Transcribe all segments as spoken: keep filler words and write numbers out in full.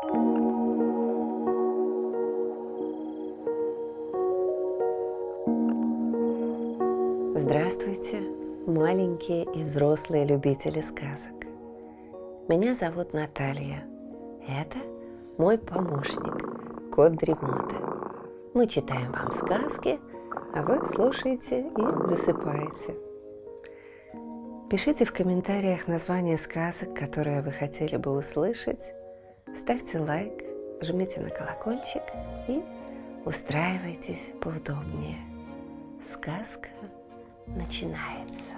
Здравствуйте, маленькие и взрослые любители сказок. Меня зовут Наталья. Это мой помощник, кот Дремота. Мы читаем вам сказки, а вы слушаете и засыпаете. Пишите в комментариях названия сказок, которые вы хотели бы услышать. Ставьте лайк, жмите на колокольчик и устраивайтесь поудобнее. Сказка начинается.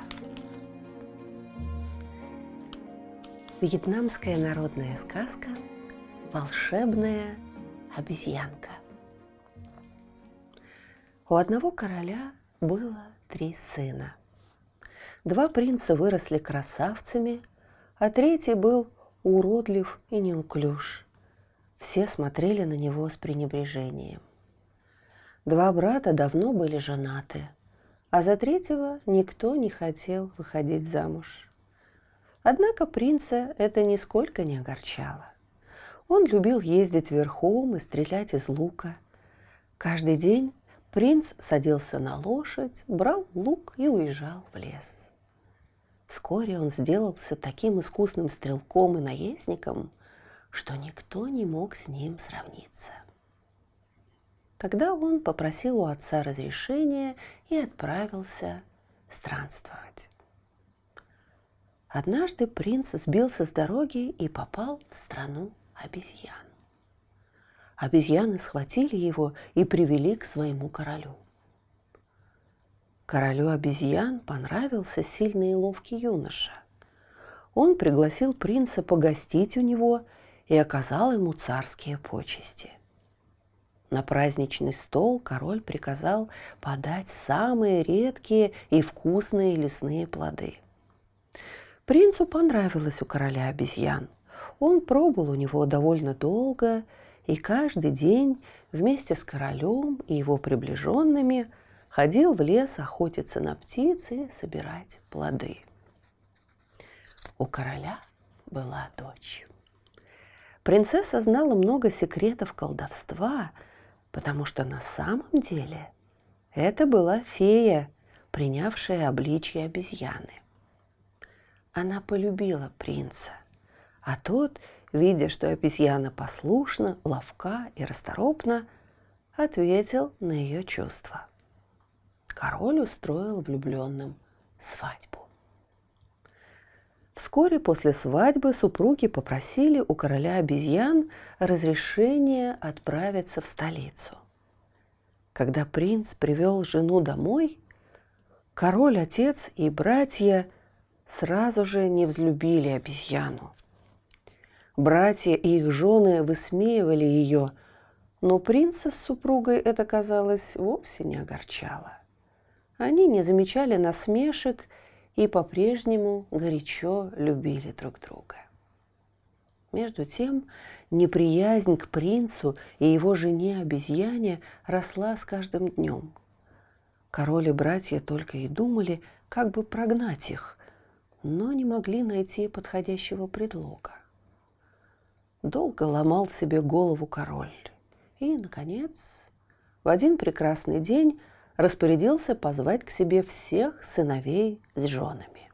Вьетнамская народная сказка «Волшебная обезьянка». У одного короля было три сына. Два принца выросли красавцами, а третий был уродлив и неуклюж. Все смотрели на него с пренебрежением. Два брата давно были женаты, а за третьего никто не хотел выходить замуж. Однако принца это нисколько не огорчало. Он любил ездить верхом и стрелять из лука. Каждый день принц садился на лошадь, брал лук и уезжал в лес. Вскоре он сделался таким искусным стрелком и наездником, что никто не мог с ним сравниться. Тогда он попросил у отца разрешения и отправился странствовать. Однажды принц сбился с дороги и попал в страну обезьян. Обезьяны схватили его и привели к своему королю. Королю обезьян понравился сильный и ловкий юноша. Он пригласил принца погостить у него и оказал ему царские почести. На праздничный стол король приказал подать самые редкие и вкусные лесные плоды. Принцу понравилось у короля обезьян. Он пробыл у него довольно долго и каждый день вместе с королем и его приближенными ходил в лес охотиться на птиц и собирать плоды. У короля была дочь. Принцесса знала много секретов колдовства, потому что на самом деле это была фея, принявшая обличье обезьяны. Она полюбила принца, а тот, видя, что обезьяна послушна, ловка и расторопна, ответил на ее чувства. Король устроил влюбленным свадьбу. Вскоре после свадьбы супруги попросили у короля обезьян разрешения отправиться в столицу. Когда принц привел жену домой, король, отец и братья сразу же не взлюбили обезьяну. Братья и их жены высмеивали ее, но принца с супругой это, казалось, вовсе не огорчало. Они не замечали насмешек и по-прежнему горячо любили друг друга. Между тем, неприязнь к принцу и его жене-обезьяне росла с каждым днем. Король и братья только и думали, как бы прогнать их, но не могли найти подходящего предлога. Долго ломал себе голову король и, наконец, в один прекрасный день распорядился позвать к себе всех сыновей с женами.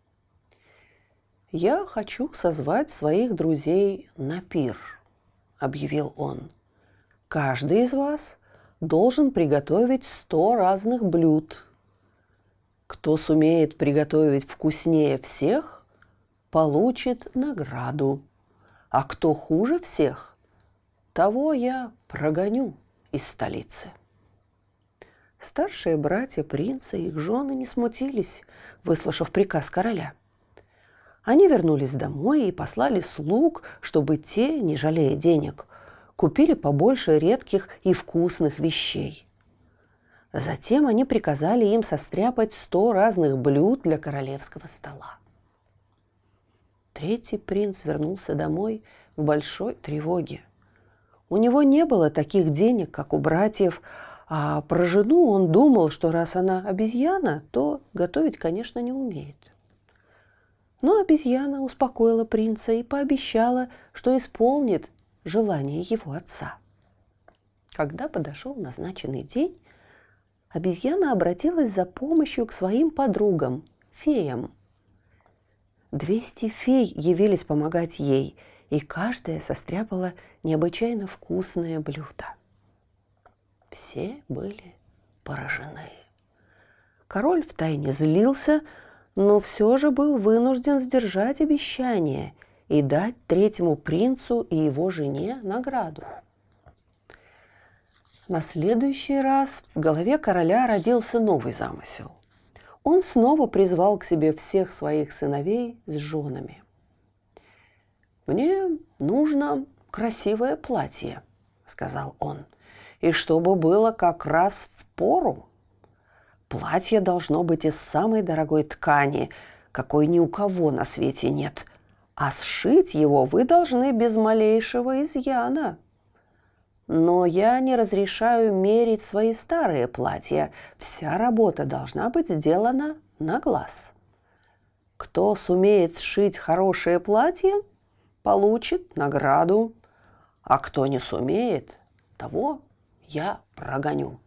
«Я хочу созвать своих друзей на пир», — объявил он. «Каждый из вас должен приготовить сто разных блюд. Кто сумеет приготовить вкуснее всех, получит награду, а кто хуже всех, того я прогоню из столицы». Старшие братья принца и их жены не смутились, выслушав приказ короля. Они вернулись домой и послали слуг, чтобы те, не жалея денег, купили побольше редких и вкусных вещей. Затем они приказали им состряпать сто разных блюд для королевского стола. Третий принц вернулся домой в большой тревоге. У него не было таких денег, как у братьев, а про жену он думал, что раз она обезьяна, то готовить, конечно, не умеет. Но обезьяна успокоила принца и пообещала, что исполнит желание его отца. Когда подошел назначенный день, обезьяна обратилась за помощью к своим подругам, феям. Двести фей явились помогать ей, и каждая состряпала необычайно вкусное блюдо. Все были поражены. Король втайне злился, но все же был вынужден сдержать обещание и дать третьему принцу и его жене награду. На следующий раз в голове короля родился новый замысел. Он снова призвал к себе всех своих сыновей с женами. «Мне нужно красивое платье», — сказал он, — «и чтобы было как раз в пору. Платье должно быть из самой дорогой ткани, какой ни у кого на свете нет, а сшить его вы должны без малейшего изъяна. Но я не разрешаю мерить свои старые платья, вся работа должна быть сделана на глаз. Кто сумеет сшить хорошее платье, получит награду, а кто не сумеет, того я прогоню».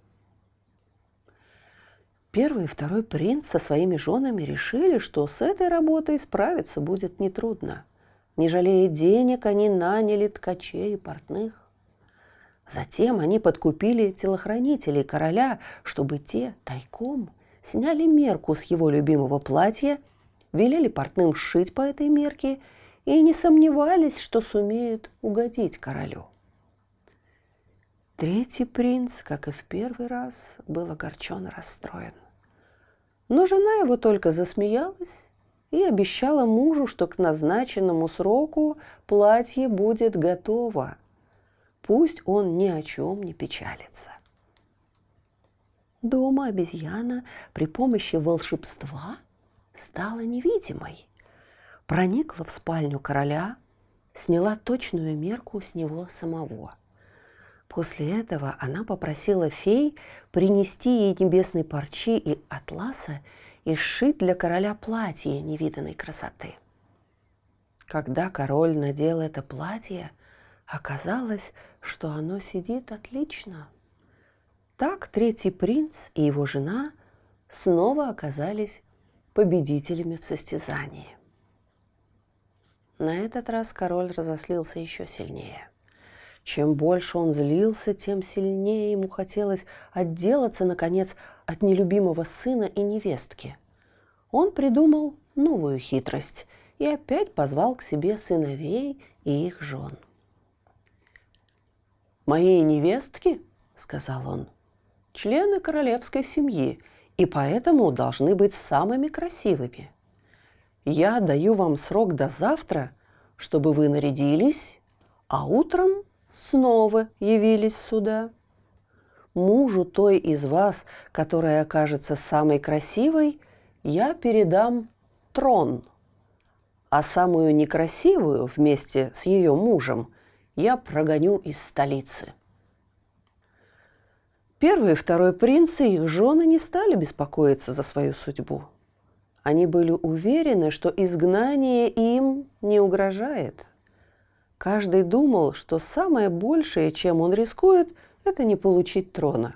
Первый и второй принц со своими женами решили, что с этой работой справиться будет нетрудно. Не жалея денег, они наняли ткачей и портных. Затем они подкупили телохранителей короля, чтобы те тайком сняли мерку с его любимого платья, велели портным сшить по этой мерке и не сомневались, что сумеют угодить королю. Третий принц, как и в первый раз, был огорчен и расстроен. Но жена его только засмеялась и обещала мужу, что к назначенному сроку платье будет готово. Пусть он ни о чем не печалится. Дома обезьяна при помощи волшебства стала невидимой, проникла в спальню короля, сняла точную мерку с него самого. После этого она попросила фей принести ей небесной парчи и атласа и сшить для короля платье невиданной красоты. Когда король надел это платье, оказалось, что оно сидит отлично. Так третий принц и его жена снова оказались победителями в состязании. На этот раз король разозлился еще сильнее. Чем больше он злился, тем сильнее ему хотелось отделаться, наконец, от нелюбимого сына и невестки. Он придумал новую хитрость и опять позвал к себе сыновей и их жен. «Мои невестки, — сказал он, — члены королевской семьи и поэтому должны быть самыми красивыми. Я даю вам срок до завтра, чтобы вы нарядились, а утром снова явились сюда. Мужу той из вас, которая окажется самой красивой, я передам трон, а самую некрасивую вместе с ее мужем я прогоню из столицы». Первый и второй принцы и их жены не стали беспокоиться за свою судьбу. Они были уверены, что изгнание им не угрожает. Каждый думал, что самое большее, чем он рискует, это не получить трона.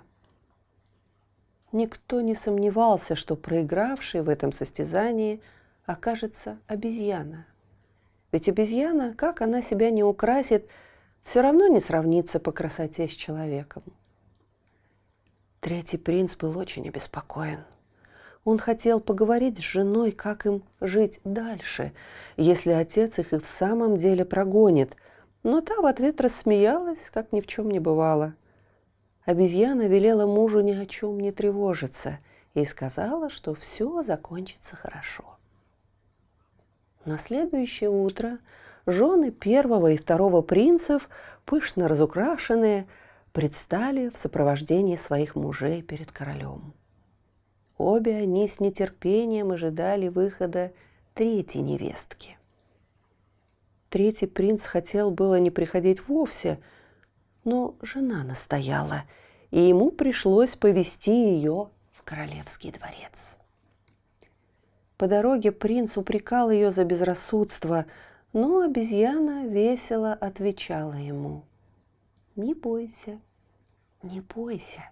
Никто не сомневался, что проигравшей в этом состязании окажется обезьяна. Ведь обезьяна, как она себя не украсит, все равно не сравнится по красоте с человеком. Третий принц был очень обеспокоен. Он хотел поговорить с женой, как им жить дальше, если отец их и в самом деле прогонит, но та в ответ рассмеялась, как ни в чем не бывало. Обезьяна велела мужу ни о чем не тревожиться и сказала, что все закончится хорошо. На следующее утро жены первого и второго принцев, пышно разукрашенные, предстали в сопровождении своих мужей перед королем. Обе они с нетерпением ожидали выхода третьей невестки. Третий принц хотел было не приходить вовсе, но жена настояла, и ему пришлось повести ее в королевский дворец. По дороге принц упрекал ее за безрассудство, Но обезьяна весело отвечала ему: «Не бойся, не бойся».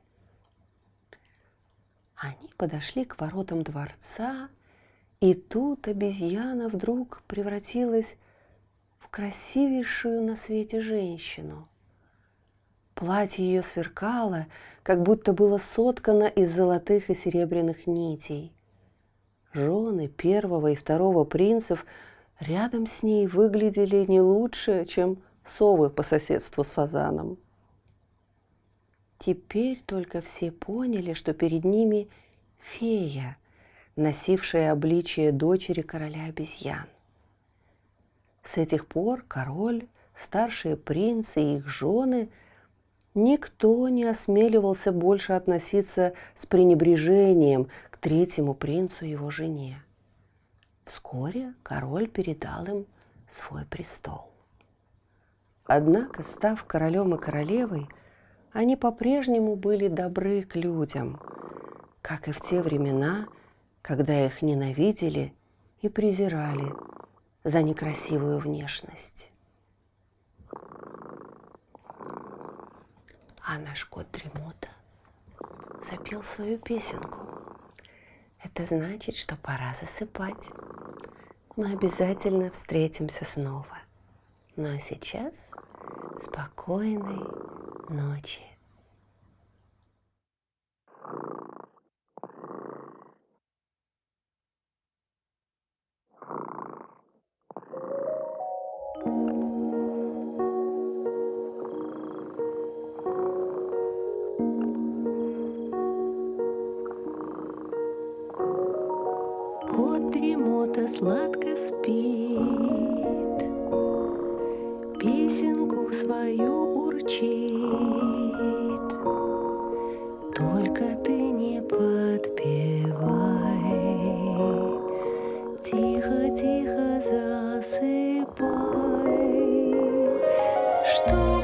Они подошли к воротам дворца, и тут обезьяна вдруг превратилась в красивейшую на свете женщину. Платье ее сверкало, как будто было соткано из золотых и серебряных нитей. Жены первого и второго принцев рядом с ней выглядели не лучше, чем совы по соседству с фазаном. Теперь только все поняли, что перед ними фея, носившая обличие дочери короля обезьян. С этих пор король, старшие принцы и их жены – никто не осмеливался больше относиться с пренебрежением к третьему принцу и его жене. Вскоре король передал им свой престол. Однако, став королем и королевой, они по-прежнему были добры к людям, как и в те времена, когда их ненавидели и презирали за некрасивую внешность. А наш кот Дремота запел свою песенку. Это значит, что пора засыпать. Мы обязательно встретимся снова. Ну а сейчас спокойной ночи. Кот Дремота сладко спит, песенку свою урчит. Только ты не подпевай, тихо-тихо засыпай, что